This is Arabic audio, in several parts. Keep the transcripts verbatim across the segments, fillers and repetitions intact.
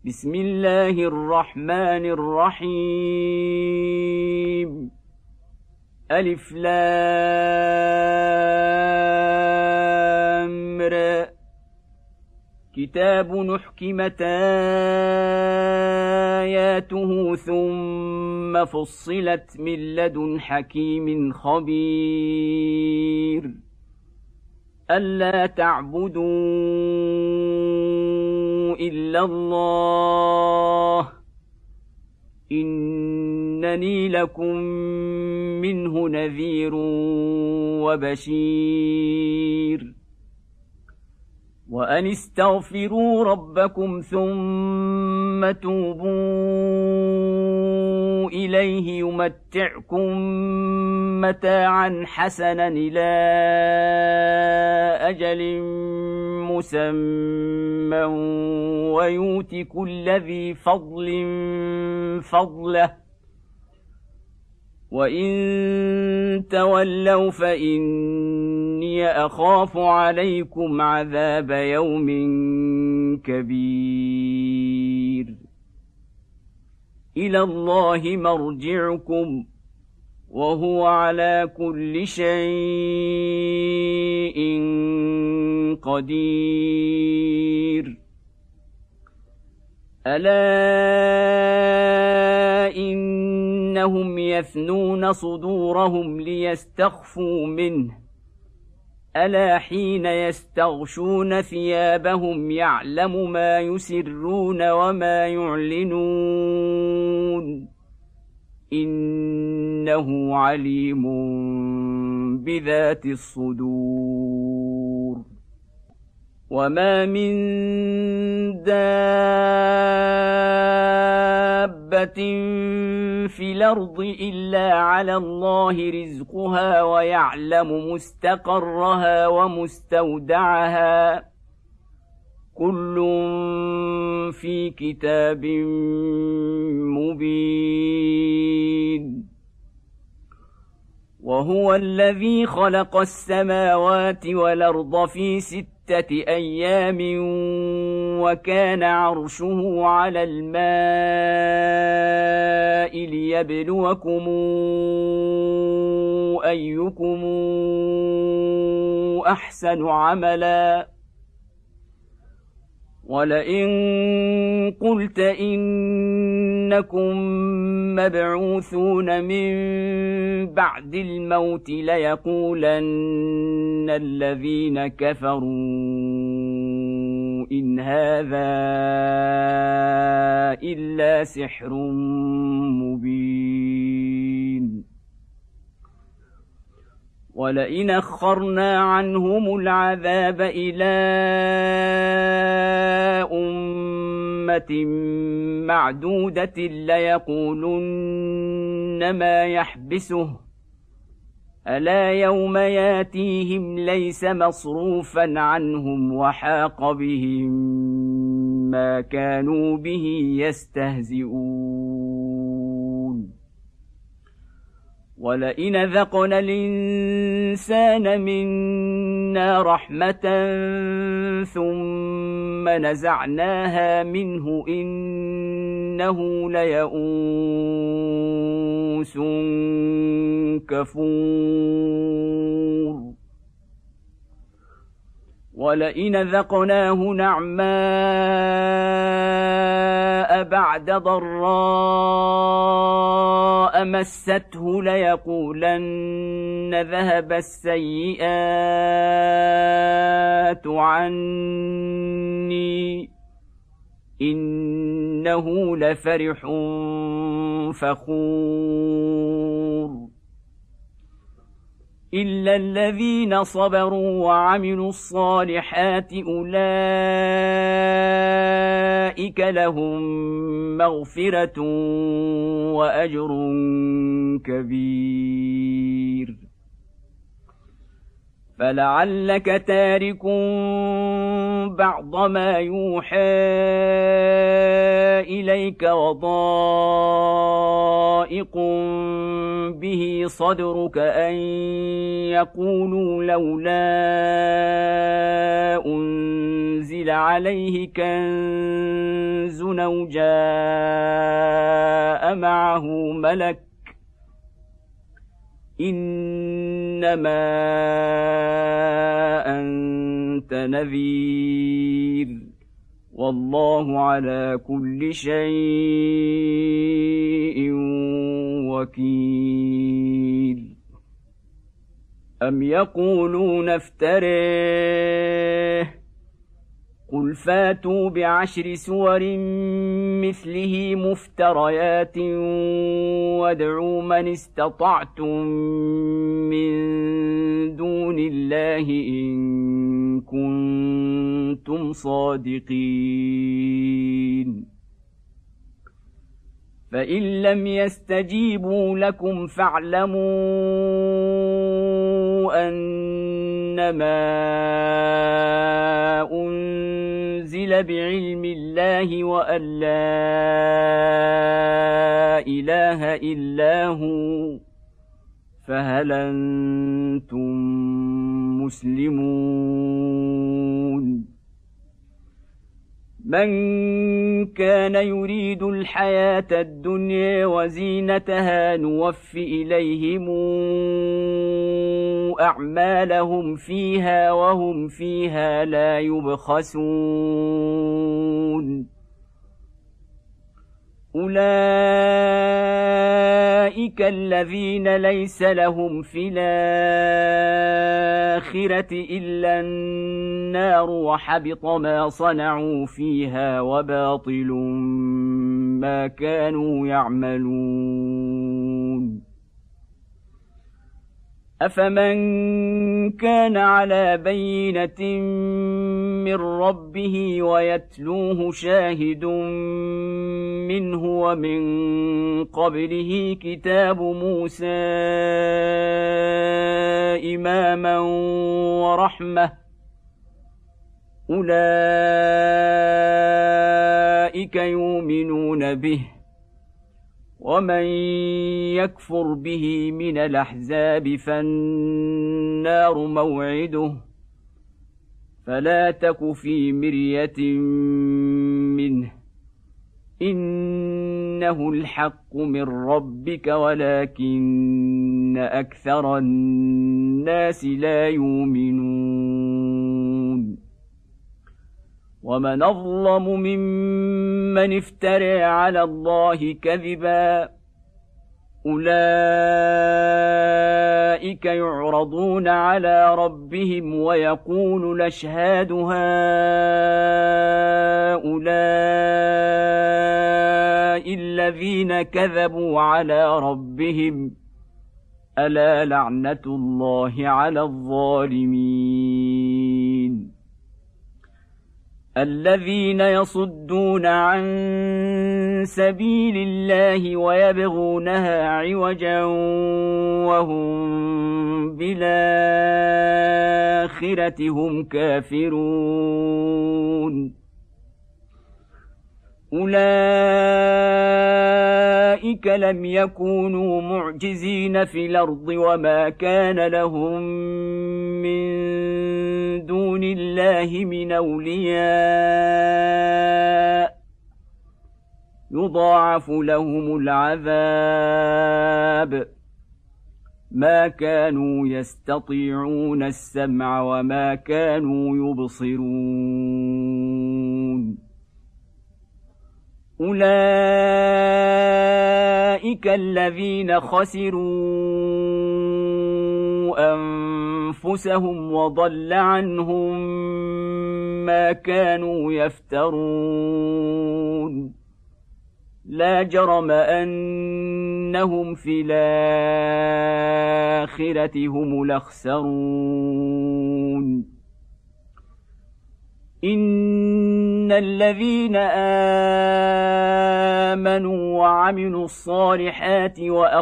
بسم الله الرحمن الرحيم ألف لام را كتاب نحكمت آياته ثم فصلت من لدن حكيم خبير ألا تعبدوا إلا الله إنني لكم منه نذير وبشير وأن استغفروا ربكم ثم توبوا إليه يمتعكم متاعا حسنا إلى أجل مسمى ويؤت كل ذي فضل فضله وإن تولوا فإني أخاف عليكم عذاب يوم كبير إلى الله مرجعكم وهو على كل شيء قدير ألا إنهم يثنون صدورهم ليستخفوا منه ألا حين يستغشون ثيابهم يعلم ما يسرون وما يعلنون إنه عليم بذات الصدور وما من دابة في الأرض إلا على الله رزقها ويعلم مستقرها ومستودعها كل في كتاب مبين وهو الذي خلق السماوات والأرض في ستة أيام وكان عرشه على الماء ليبلوكم أيكم أحسن عملا ولئن قلت إنكم مبعوثون من بعد الموت ليقولن الذين كفروا إن هذا إلا سحر مبين ولئن أخرنا عنهم العذاب إلى أمة معدودة ليقولن ما يحبسه ألا يوم ياتيهم ليس مصروفا عنهم وحاق بهم ما كانوا به يستهزئون ولئن ذقنا الإنسان منا رحمة ثم نزعناها منه إنه ليئوس كفور ولئن ذقناه نعماء بعد ضراء مسته ليقولن ذهب السيئات عني إنه لفرح فخور إلا الذين صبروا وعملوا الصالحات أولئك لهم مغفرة وأجر كبير فلعلك تارك بعض ما يوحى إليك عليك وضائق به صدرك أن يقولوا لولا أنزل عليه كنز أو جاء معه ملك إنما أنت نذير والله على كل شيء وكيل أم يقولون افتريه قل فاتوا بعشر سور مثله مفتريات وادعوا من استطعتم من دون الله إن كنتم صادقين فإن لم يستجيبوا لكم فاعلموا أنما أنزل بعلم الله وأن لا إله إلا هو فهل أنتم مسلمون من كان يريد الحياة الدنيا وزينتها نوف إليهم أعمالهم فيها وهم فيها لا يبخسون أولئك الذين ليس لهم في الآخرة إلا النار وحبط ما صنعوا فيها وباطل ما كانوا يعملون أفمن كان على بينة من ربه ويتلوه شاهد منه ومن قبله كتاب موسى إماما ورحمة أولئك يؤمنون به ومن يكفر به من الأحزاب فالنار موعده فلا تك في مرية منه إنه الحق من ربك ولكن أكثر الناس لا يؤمنون ومن أظلم ممن افترى على الله كذبا أولئك يعرضون على ربهم ويقول الأشهاد هؤلاء الذين كذبوا على ربهم ألا لعنة الله على الظالمين الذين يصدون عن سبيل الله ويبغونها عوجا وهم بالآخرة هم كافرون أولئك لم يكونوا معجزين في الأرض وما كان لهم من دون الله من أولياء يضاعف لهم العذاب ما كانوا يستطيعون السمع وما كانوا يبصرون أولئك الذين خسروا أنفسهم وضل عنهم ما كانوا يفترون لا جرم أنهم في الآخرة هم الأخسرون إن الذين آمنوا وعملوا الصالحات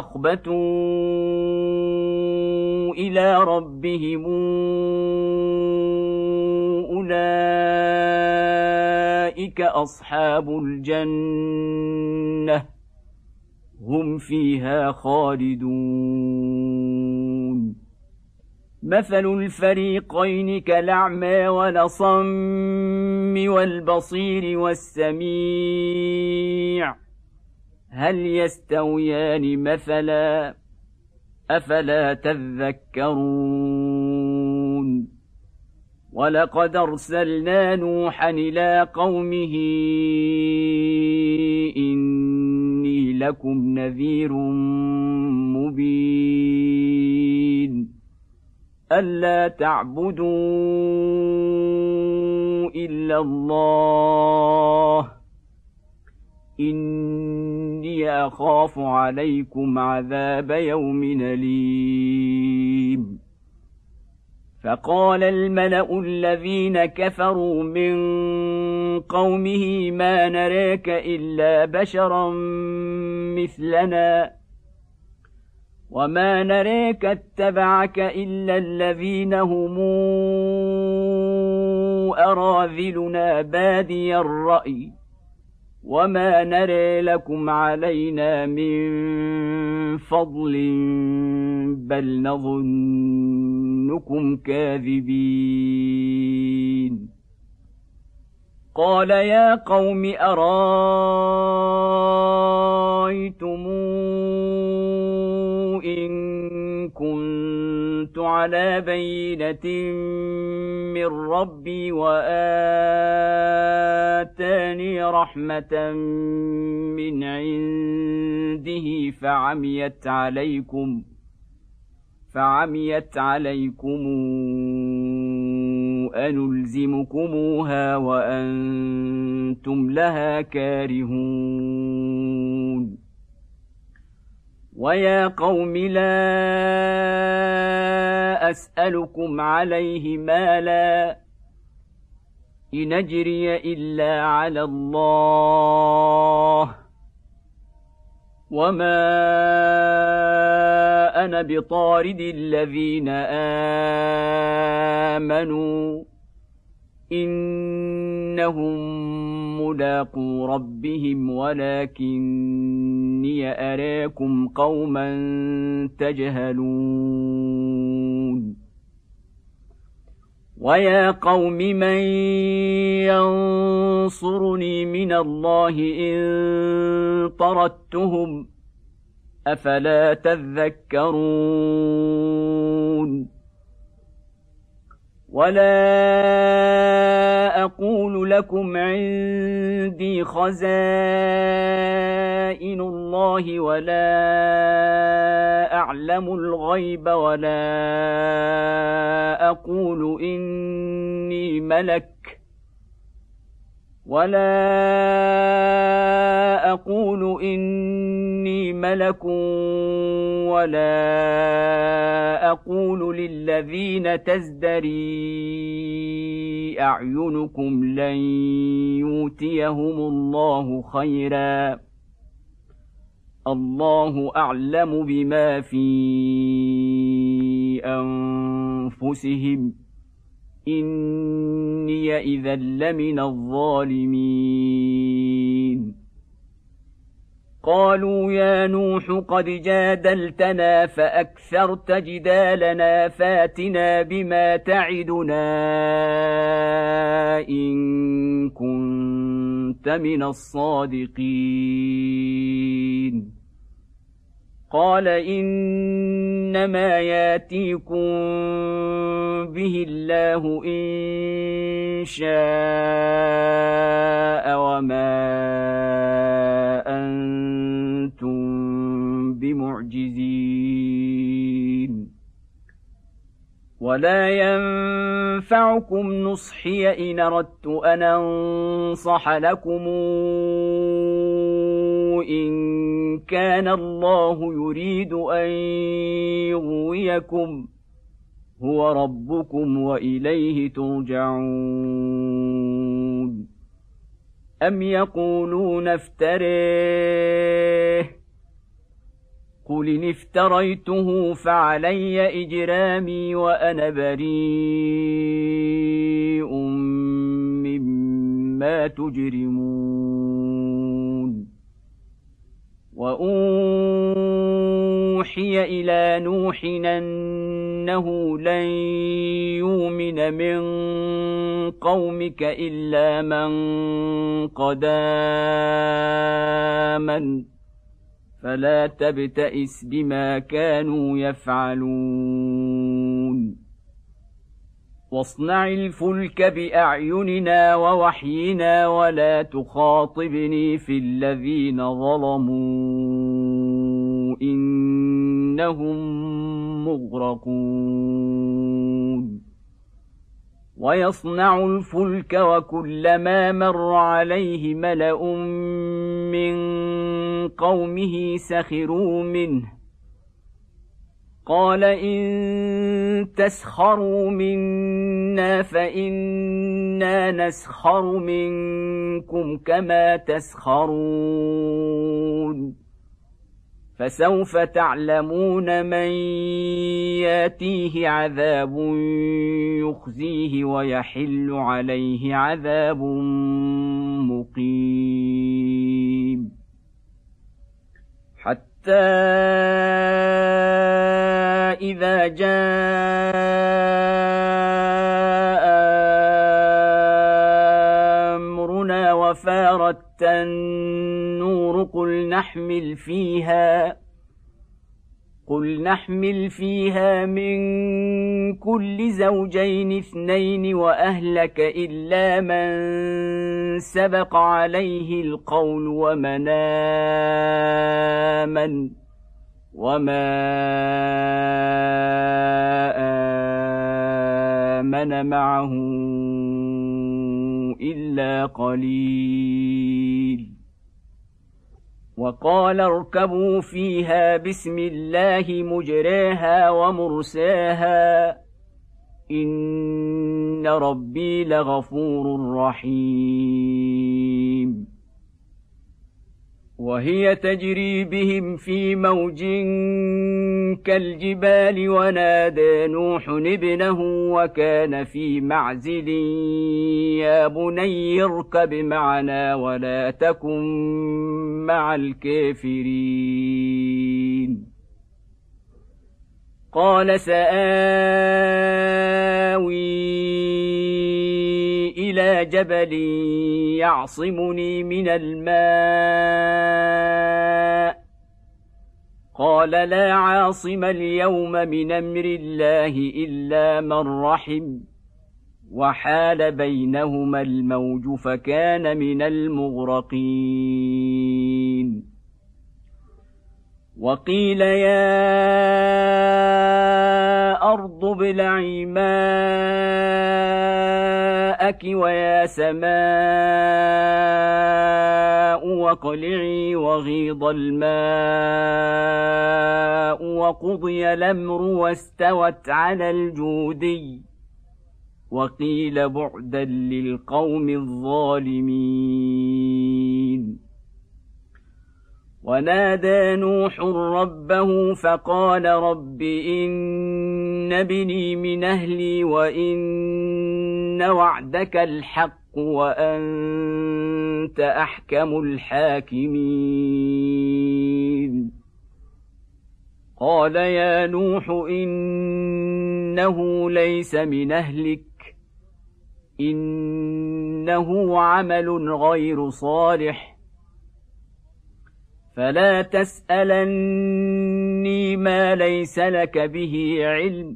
وأخبتوا إلى ربهم أولئك أولئك أصحاب الجنة هم فيها خالدون مثل الفريقين كالأعمى والأصم والبصير والسميع هل يستويان مثلا أفلا تذكرون ولقد أرسلنا نوحا إلى قومه إني لكم نذير مبين ألا تعبدوا إلا الله إني أخاف عليكم عذاب يوم أليم فقال الملأ الذين كفروا من قومه ما نراك إلا بشرا مثلنا وما نراك اتبعك إلا الذين هم أراذلنا بادي الرأي وما نرى لكم علينا من فضل بل نظنكم كاذبين قال يا قوم أرأيتم إن كنت على بينة من ربي وآتاني رحمة من عنده فعميت عليكم فعميت عليكم أنلزمكموها وأنتم لها كارهون ويا قوم لا أسألكم عليه مالا إن أجري إلا على الله وما أنا بطارد الذين آمنوا إنهم ملاقو ربهم ولكني أراكم قوما تجهلون ويا قوم من ينصرني من الله إن طردتهم أفلا تذكرون ولا أقول لكم عندي خزائن الله ولا أعلم الغيب ولا أقول إني ملك ولا أقول إني ملك ولا أقول للذين تزدري أعينكم لن يؤتيهم الله خيرا الله أعلم بما في أنفسهم إني إذا لمن الظالمين قالوا يا نوح قد جادلتنا فأكثرت جدالنا فاتنا بما تعدنا إن كنت من الصادقين قال إنما ياتيكم به الله إن شاء وما أنتم بمعجزين ولا ينفعكم نصحي إن أردت أن أنصح لكم إن كان الله يريد أن يغويكم هو ربكم وإليه ترجعون أم يقولون افتريه قل إن افتريته فعلي إجرامي وأنا بريء بما تجرمون وأوحي إلى نوح أنه لن يؤمن من قومك إلا من قد آمن فلا تبتئس بما كانوا يفعلون واصنع الفلك بأعيننا ووحينا ولا تخاطبني في الذين ظلموا إنهم مغرقون ويصنع الفلك وكلما مر عليه ملأ من قومه سخروا منه قال إن تسخروا منا فإنا نسخر منكم كما تسخرون فسوف تعلمون من ياتيه عذاب يخزيه ويحل عليه عذاب مقيم حتى إذا جاء أمرنا وفارت النور قل نحمل فيها قل نحمل فيها من كل زوجين اثنين وأهلك إلا من سبق عليه القول ومن آمن وما آمن معه إلا قليل وقال اركبوا فيها بسم الله مجريها ومرساها إن ربي لغفور رحيم وهي تجري بهم في موج كالجبال ونادى نوح ابنه وكان في معزل يا بني اركب معنا ولا تكن مع الكافرين قال سآوي إلى جبل يعصمني من الماء قال لا عاصم اليوم من أمر الله إلا من رحم وحال بينهما الموج فكان من المغرقين وقيل يا أرض ابلعي ماءك ويا سماء واقلعي وغيض الماء وقضي الأمر واستوت على الجودي وقيل بعدا للقوم الظالمين ونادى نوح ربه فقال رب إن ابني من أهلي وإن وعدك الحق وأنت أحكم الحاكمين قال يا نوح إنه ليس من أهلك إنه عمل غير صالح فلا تسألني ما ليس لك به علم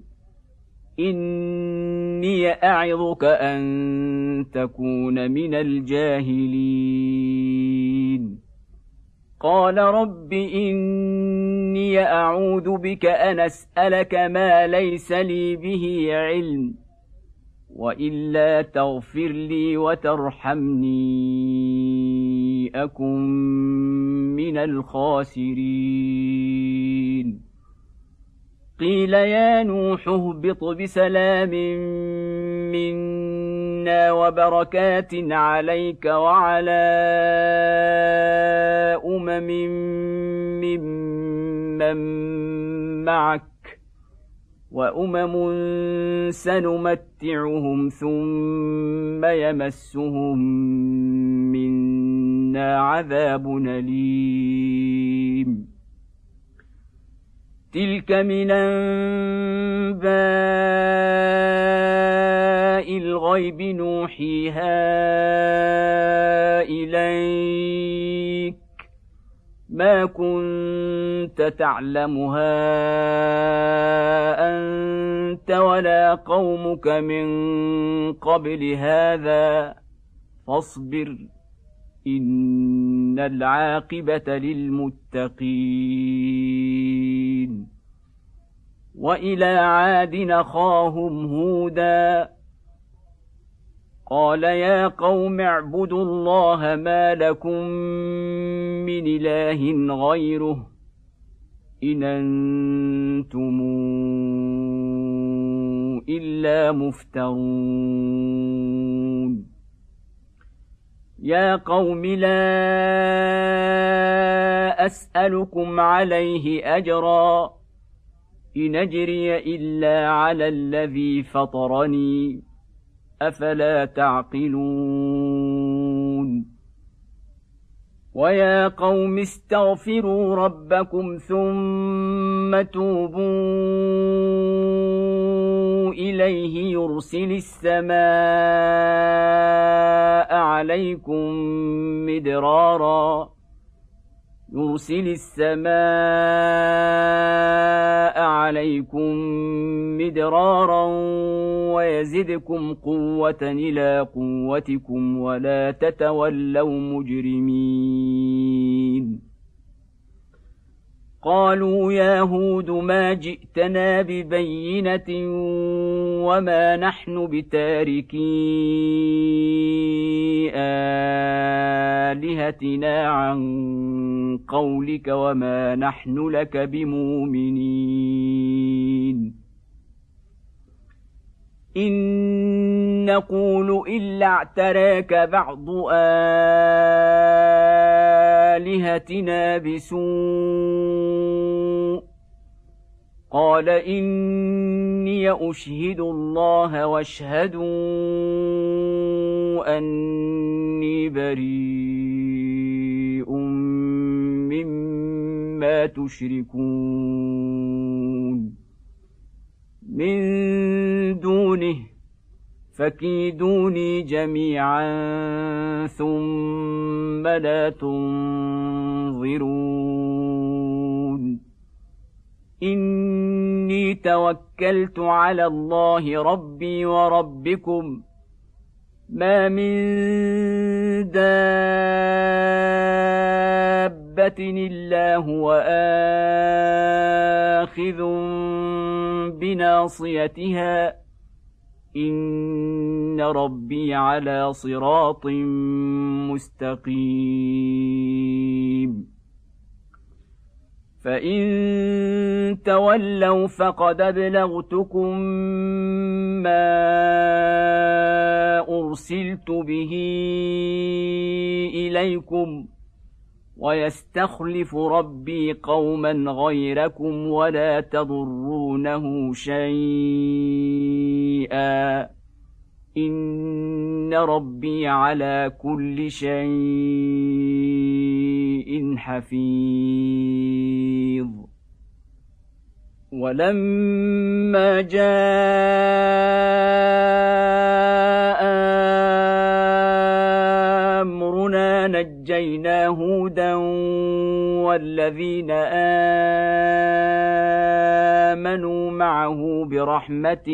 إني أعظك أن تكون من الجاهلين قال رب إني أعوذ بك أن أسألك ما ليس لي به علم وإلا تغفر لي وترحمني أكن من الخاسرين قيل يا نوح اهبط بسلام منا وبركات عليك وعلى أمم ممن معك وأمم سنمتعهم ثم يمسهم منا عذاب أليم تلك من أنباء الغيب نوحيها إليك ما كنت تعلمها أنت ولا قومك من قبل هذا فاصبر إن العاقبة للمتقين وإلى عاد أخاهم هودا قال يا قوم اعبدوا الله ما لكم من إله غيره إن أنتم إلا مفترون يا قوم لا أسألكم عليه أجرا إن أجري إلا على الذي فطرني أفلا تعقلون ويا قوم استغفروا ربكم ثم توبوا إليه يرسل السماء عليكم مدرارا يرسل السماء عليكم مدرارا ويزدكم قوة إلى قوتكم ولا تتولوا مجرمين قالوا يا هود ما جئتنا ببينة وما نحن بتاركي آلهتنا عن قولك وما نحن لك بمؤمنين إن نقول إلا اعتراك بعض آلهتنا بسوء قال إني أشهد الله واشهدوا أني بريء مما تشركون من دونه فكيدوني جميعا ثم لا تنظرون إني توكلت على الله ربي وربكم ما من دابة إلا هو آخذ بناصيتها إن ربي على صراط مستقيم فإن تولوا فقد أبلغتكم ما أرسلت به إليكم ويستخلف ربي قوما غيركم ولا تضرونه شيئا إن ربي على كل شيء حفيظ ولما جاء أمرنا نجينا هودا والذين آمنوا معه برحمة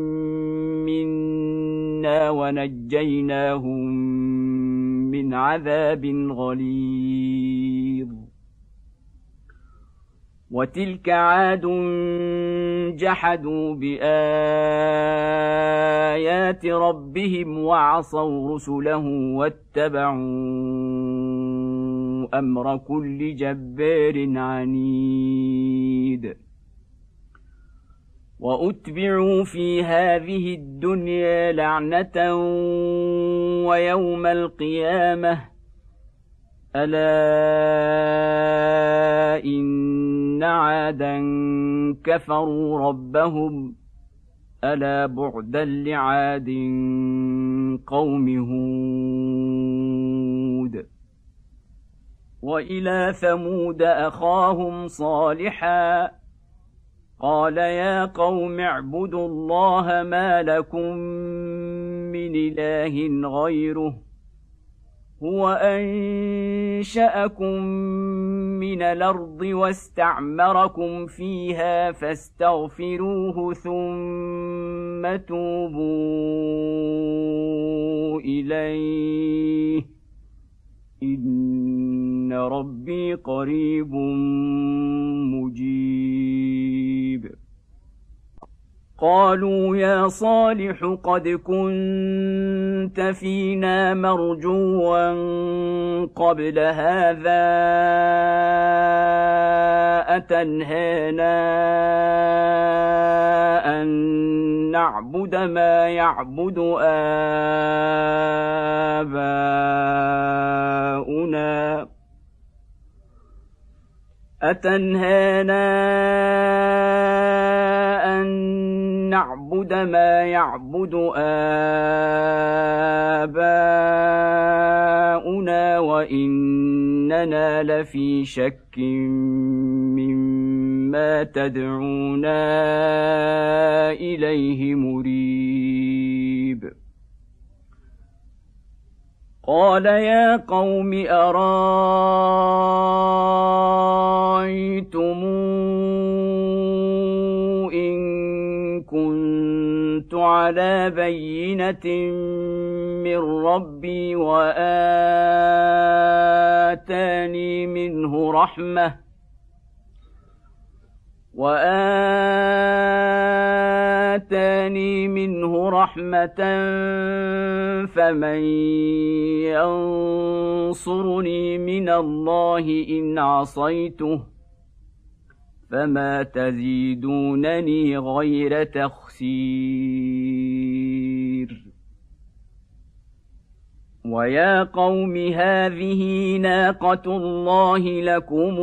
منا ونجيناهم من عذاب غليظ وتلك عاد جحدوا بآيات ربهم وعصوا رسله واتبعوا أمر كل جبار عنيد وأتبعوا في هذه الدنيا لعنة ويوم القيامة ألا إن إن عادا كفروا ربهم ألا بعدا لعاد قوم هود وإلى ثمود أخاهم صالحا قال يا قوم اعبدوا الله ما لكم من إله غيره هو أنشأكم من الأرض واستعمركم فيها فاستغفروه ثم توبوا إليه إن ربي قريب مجيب قالوا يا صالح قد كنت فينا مرجوا قبل هذا أتنهانا أن نعبد ما يعبد آباؤنا أتنهانا أن نعبد ما يعبد آباؤنا وإننا لفي شك مما تدعونا إليه مريب قال يا قوم أرايتم إن كنت على بينة من ربي وآتاني منه رحمة وآتاني منه رحمة فمن ينصرني من الله إن عصيته فما تزيدونني غير تخسير ويا قوم هذه ناقة الله لكم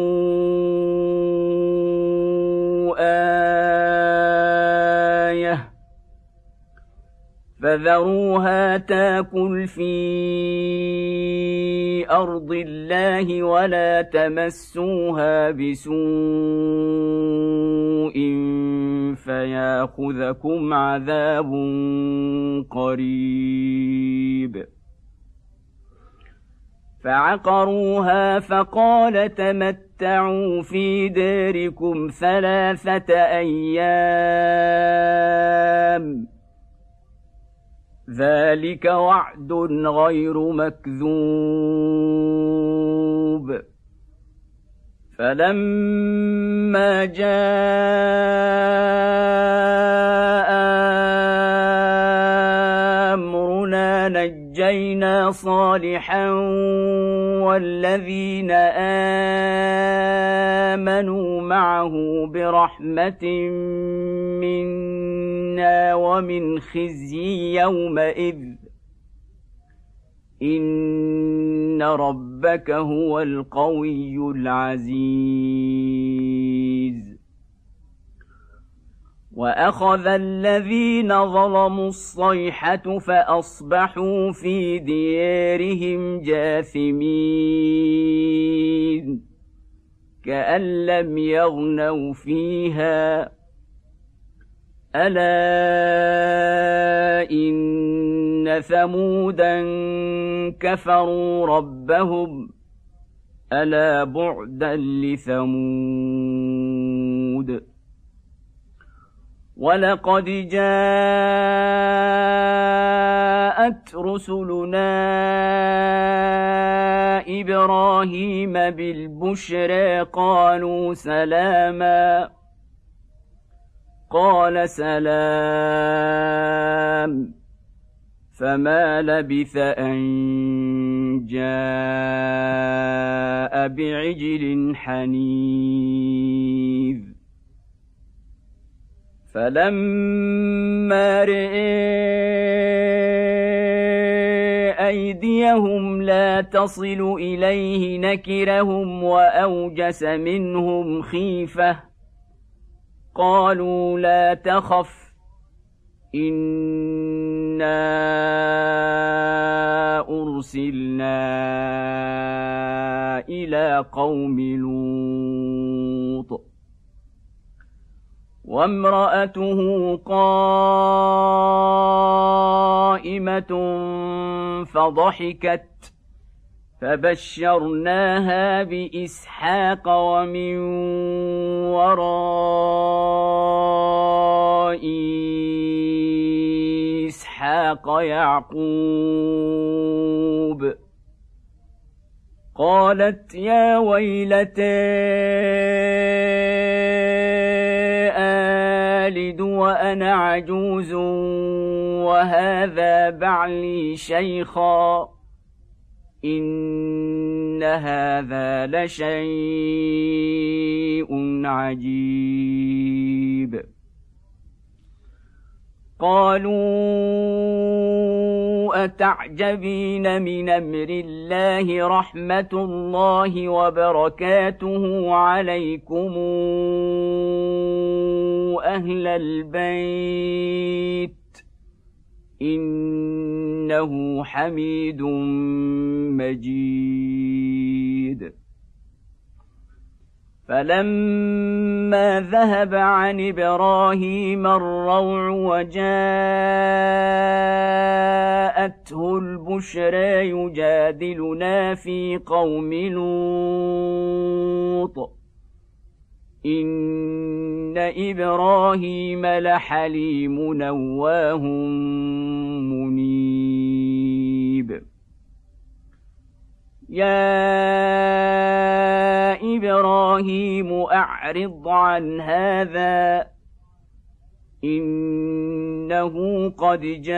آية فذروها تاكل في أرض الله ولا تمسوها بسوء فياخذكم عذاب قريب فعقروها فقال تمتعوا في داركم ثلاثة أيام ذلك وعد غير مكذوب فلما جاء أمرنا نجينا صالحا والذين آمنوا معه برحمة منا ومن خزي يومئذ إن ربك هو القوي العزيز وأخذ الذين ظلموا الصيحة فأصبحوا في ديارهم جاثمين كأن لم يغنوا فيها ألا إن ثمودا كفروا ربهم ألا بعدا لثمود ولقد جاءت رسلنا إبراهيم بالبشرى قالوا سلاما قال سلام فما لبث أن جاء بعجل حنيذ فلما رئي أيديهم لا تصل إليه نكرهم وأوجس منهم خيفة قالوا لا تخف إنا أرسلنا إلى قوم لوط وامرأته قائمة فضحكت فبشرناها بإسحاق ومن وراء إسحاق يعقوب قالت يا ويلتى آلد وأنا عجوز وهذا بعلي شيخا إن هذا لشيء عجيب قالوا أتعجبين من أمر الله رحمة الله وبركاته عليكم أهل البيت إنه حميد مجيد فلما ذهب عن إبراهيم الروع وجاءته البشرى يجادلنا في قوم لوط إن إبراهيم لحليم أواه منيب يا إبراهيم أعرض عن هذا إنه قد جاء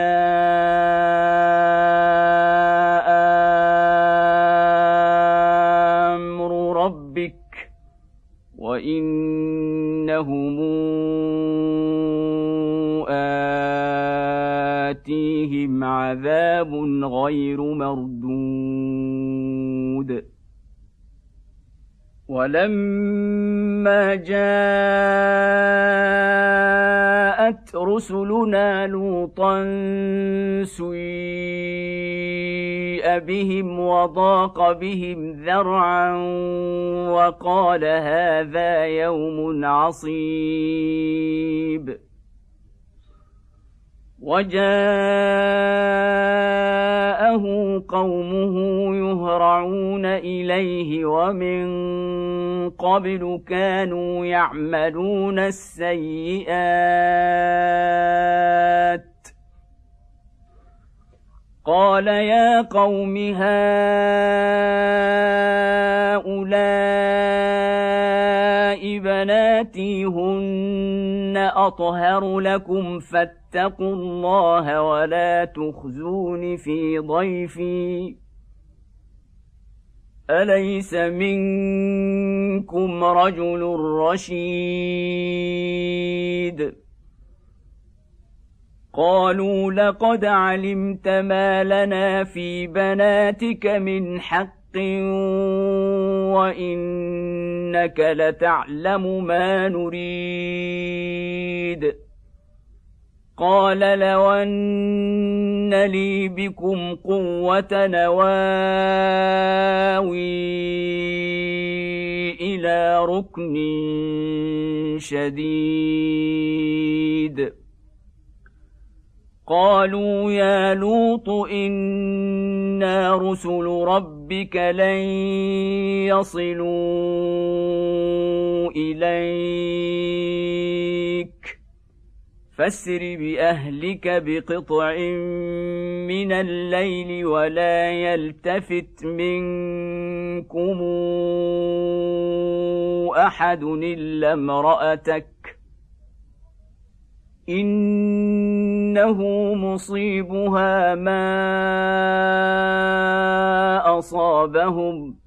أمر ربك وإنهم آتيهم عذاب غير مردود ولما جاءت رسلنا لوطا سيء بهم وضاق بهم ذرعا وقال هذا يوم عصيب وجاءه قومه يهرعون إليه ومن قبل كانوا يعملون السيئات قال يا قوم هؤلاء بناتي هن أطهر لكم فاتقوا الله ولا تخزون في ضيفي أليس منكم رجل رشيد قالوا لقد علمت ما لنا في بناتك من حق وإنك لتعلم ما نريد قال لو أن لي بكم قوة نواوي إلى ركن شديد قالوا يا لوط إنا رسل ربك لن يصلوا إليك فاسر بأهلك بقطع من الليل ولا يلتفت منكم أحد إلا امرأتك إنه مصيبها ما أصابهم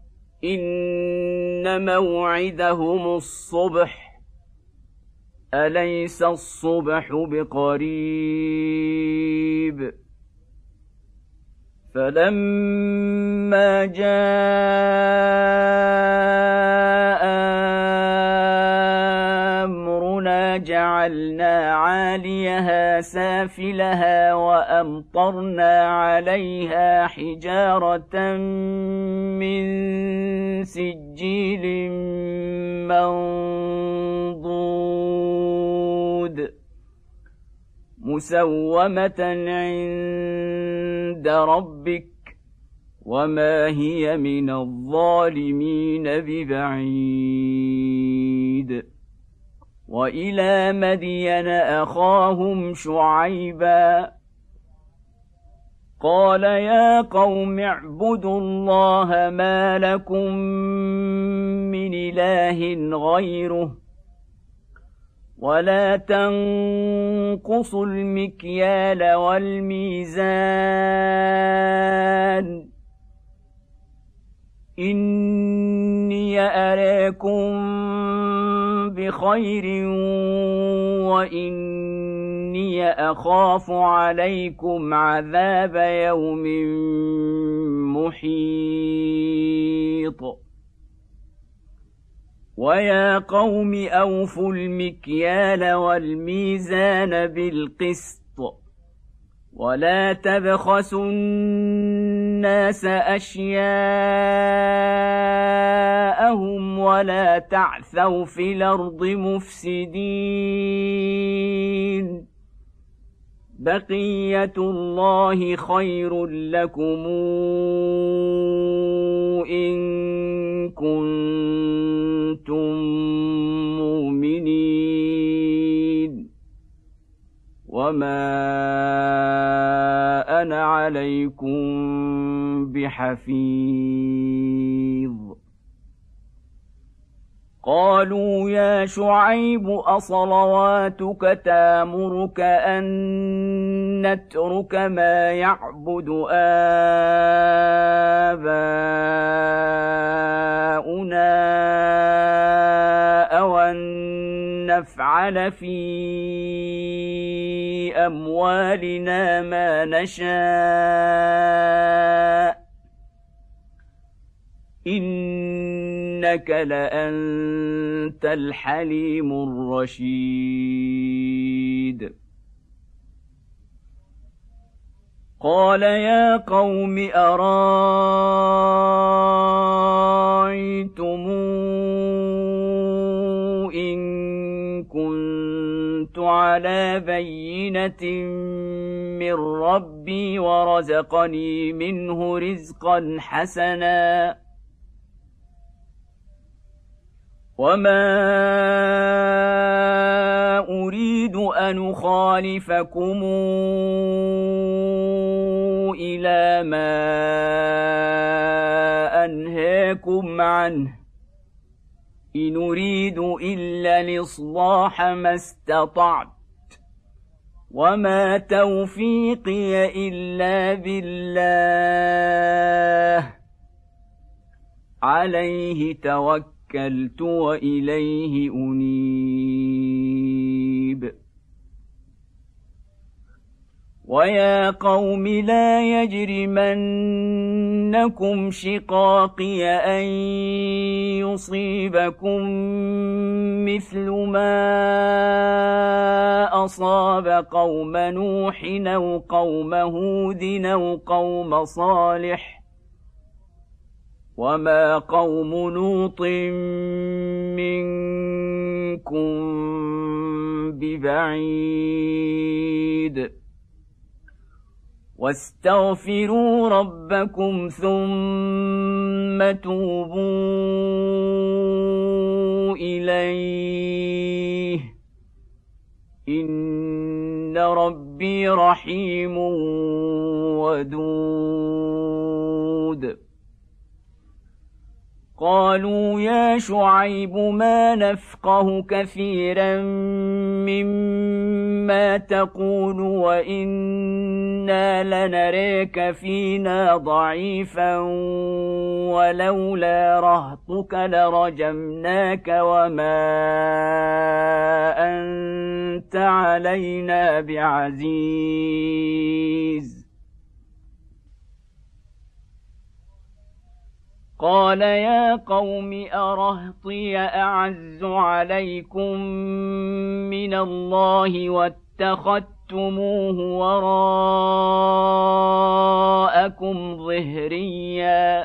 إن موعدهم الصبح أليس الصبح بقريب فلما جاء أمرنا جعلنا عاليها سافلها وأمطرنا عليها حجارة من سجيل منضود مسومة عند ربك وما هي من الظالمين ببعيد. وإلى مدين أخاهم شعيبا قال يا قوم اعبدوا الله ما لكم من إله غيره ولا تنقصوا المكيال والميزان إني أراكم بخير وإني أخاف عليكم عذاب يوم محيط. ويا قوم أوفوا المكيال والميزان بالقسط ولا تبخسوا الناس أشياءهم ولا تعثوا في الأرض مفسدين بقية الله خير لكم إن كنتم مؤمنين وما أنا عليكم بحفيظ. قالوا يا شعيب أصلواتك تامرك أن نترك ما يعبد آباؤنا أو أن نفعل في أموالنا ما نشاء إنك لأنت الحليم الرشيد. قال يا قوم أرايتم إن كنت على بينة من ربي ورزقني منه رزقا حسنا وما أريد أن أخالفكم إلى ما أنهاكم عنه إن أريد إلا الإصلاح ما استطعت وما توفيقي إلا بالله عليه توكلت وإليه أنيب. ويا قوم لا يجرمنكم شقاقي أن يصيبكم مثل ما أصاب قوم نوح أو قوم هود أو قوم صالح وما قوم لوط منكم ببعيد واستغفروا ربكم ثم توبوا إليه إن ربي رحيم ودود. قالوا يا شعيب ما نفقه كثيرا مما تقول وإنا لنريك فينا ضعيفا ولولا رهطك لرجمناك وما أنت علينا بعزيز. قال يا قوم أرهطي أعز عليكم من الله واتخذتموه وراءكم ظهريا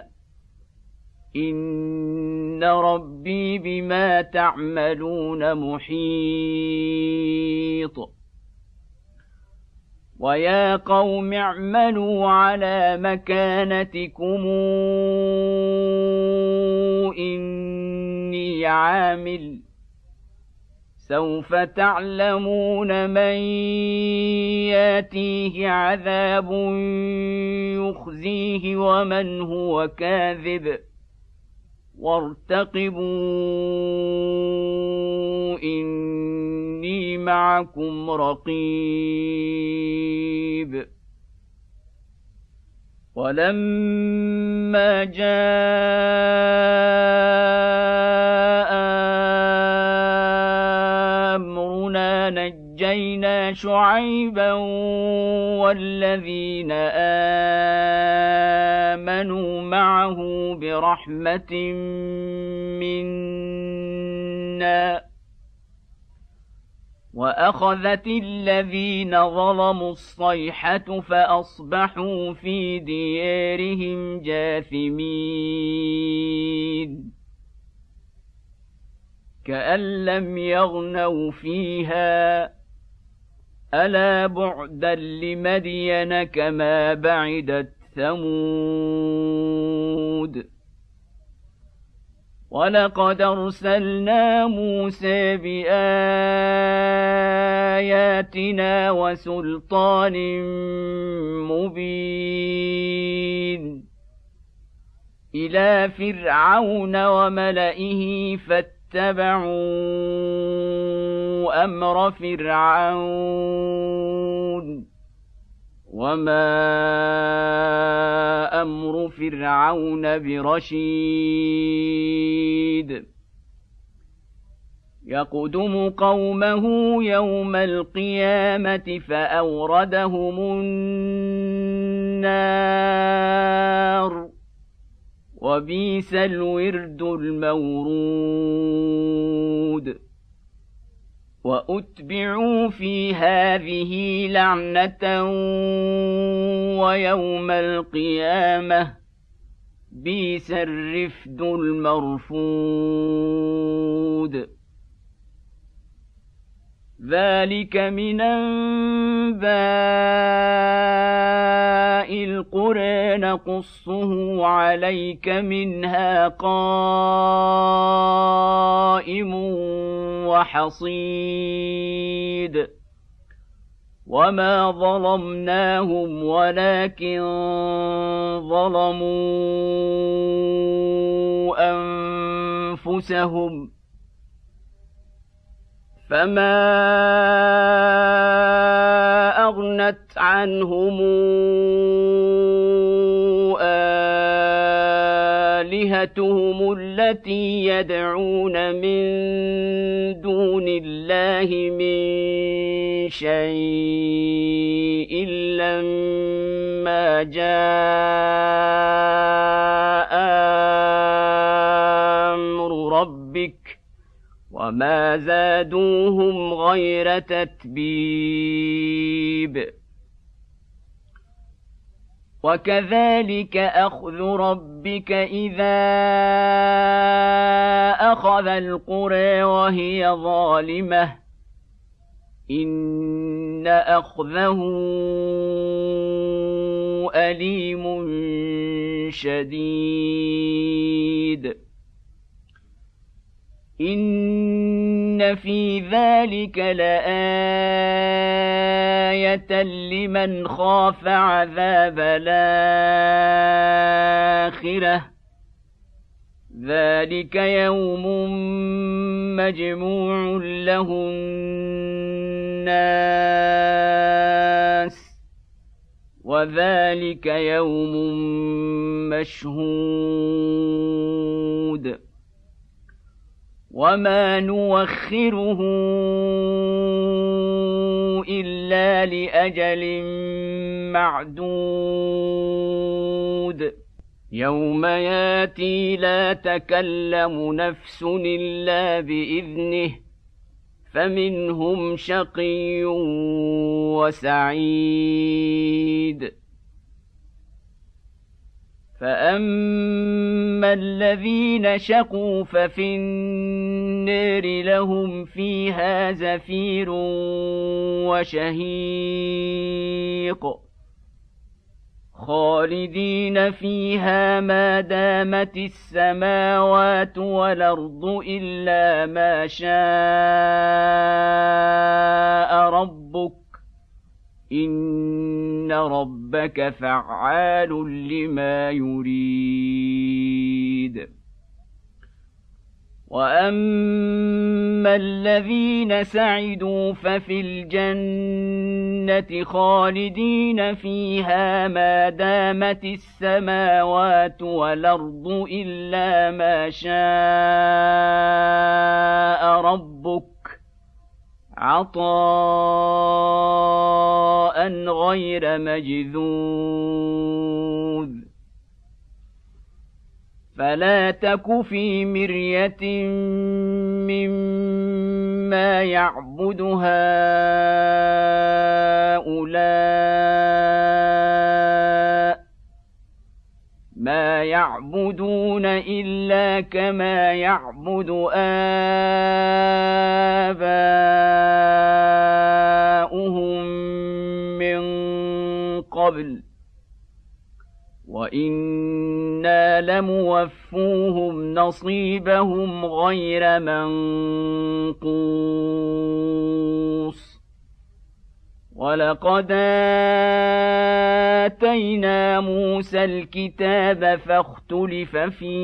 إن ربي بما تعملون محيط ويا قوم اعملوا على مكانتكم إني عامل سوف تعلمون من ياتيه عذاب يخزيه ومن هو كاذب وارتقبوا إني معكم رقيب ولما جاء أمرنا نجينا شعيبا والذين آمنوا معه برحمة منا وأخذت الذين ظلموا الصيحة فأصبحوا في ديارهم جاثمين كأن لم يغنوا فيها ألا بعدا لمدين كما بعدت ثمود ولقد أرسلنا موسى بآياتنا وسلطان مبين إلى فرعون وملئه فاتبعوا أمر فرعون وما أمر فرعون برشيد يقدم قومه يوم القيامة فأوردهم النار وبئس الورد المورود وأتبعوا في هذه لعنة ويوم القيامة بئس الرفد المرفود ذلك من أنباء القرى نقصه عليك منها قائم وحصيد وما ظلمناهم ولكن ظلموا أنفسهم فما أغنت عنهم آلهتهم التي يدعون من دون الله من شيء لما جاء أمر ربك وما زادوهم غير تتبيب وكذلك أخذ ربك إذا أخذ القرى وهي ظالمة إن أخذه أليم شديد إن في ذلك لآية لمن خاف عذاب الآخرة ذلك يوم مجموع له الناس وذلك يوم مشهود وما نوخره إلا لأجل معدود يوم ياتي لا تكلم نفس إلا بإذنه فمنهم شقي وسعيد فأما الذين شقوا ففي النار لهم فيها زفير وشهيق خالدين فيها ما دامت السماوات والأرض إلا ما شاء ربك إن ربك فعال لما يريد وأما الذين سعدوا ففي الجنة خالدين فيها ما دامت السماوات والأرض إلا ما شاء ربك عطاء غير مجذوذ فلا تك في مرية مما يعبد هؤلاء ما يعبدون إلا كما يعبد آباؤهم من قبل وإنا لموفوهم نصيبهم غير منقوص ولقد آتينا موسى الكتاب فاختلف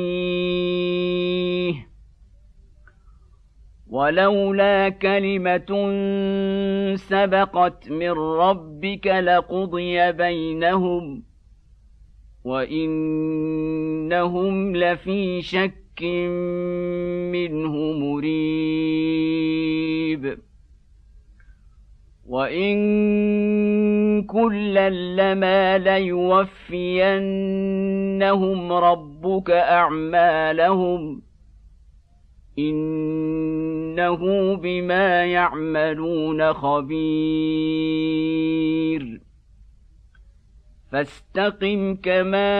فيه ولولا كلمة سبقت من ربك لقضي بينهم وإنهم لفي شك منه مريب وإن كلا لما ليوفينهم ربك أعمالهم إنه بما يعملون خبير فاستقم كما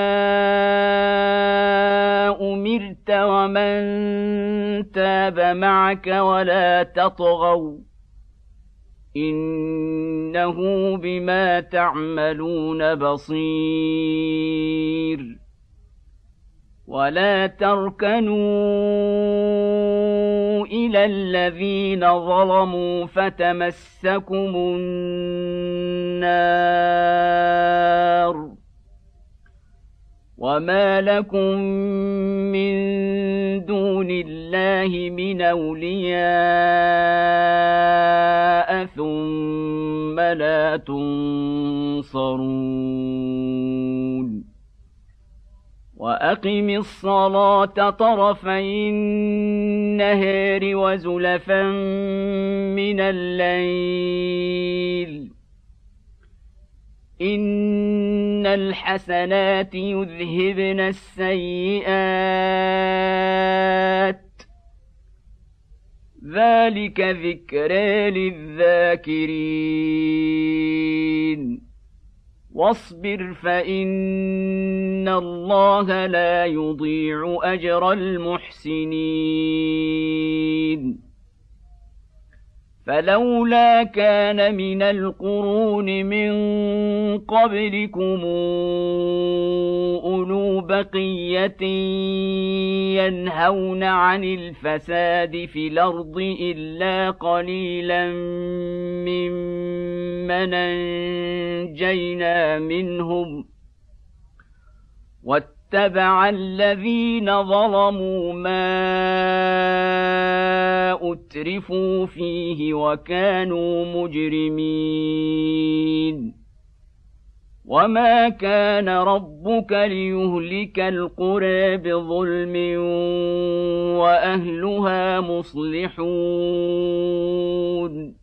أمرت ومن تاب معك ولا تطغوا إنه بما تعملون بصير ولا تركنوا إلى الذين ظلموا فتمسكم النار وما لكم من دون الله من أولياء ثم لا تنصرون وأقم الصلاة طرفي النهار وزلفا من الليل إن الحسنات يذهبن السيئات ذلك ذكرى للذاكرين واصبر فإن الله لا يضيع أجر المحسنين فلولا كان من القرون من قبلكم أولو بقية ينهون عن الفساد في الأرض إلا قليلا ممن أنجينا منهم واتبع الذين ظلموا ما أترفوا فيه وكانوا مجرمين وما كان ربك ليهلك القرى بظلم وأهلها مصلحون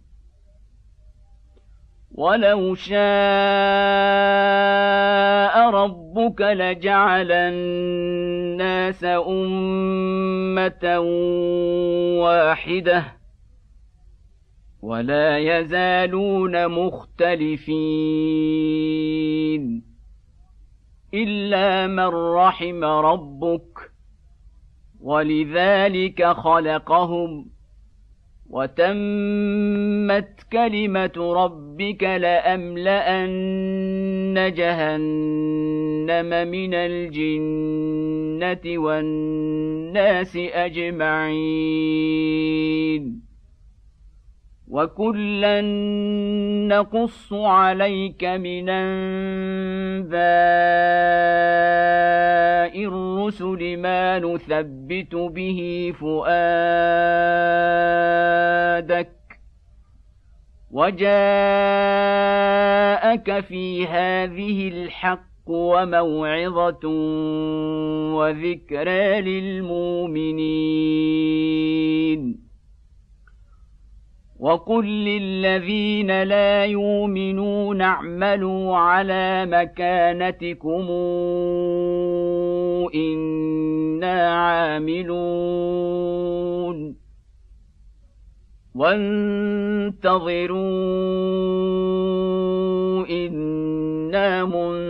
ولو شاء ربك ربك لجعل الناس أمة واحدة ولا يزالون مختلفين إلا من رحم ربك ولذلك خلقهم وتمت كلمة ربك لأملأن جهنم من الجنة والناس أجمعين وكلا نقص عليك من أنباء الرسل ما نثبت به فؤادك وجاءك في هذه الحق وموعظة وذكرى للمؤمنين وقل للذين لا يؤمنون اعملوا على مكانتكم إنا عاملون وانتظروا إنا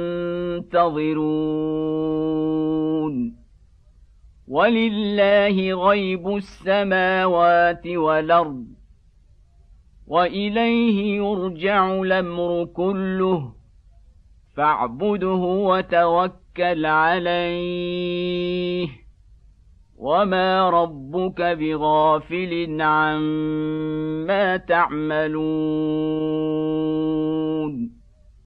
منتظرون ولله غيب السماوات والأرض وإليه يرجع الأمر كله فاعبده وتوكل عليه وما ربك بغافل عما تعملون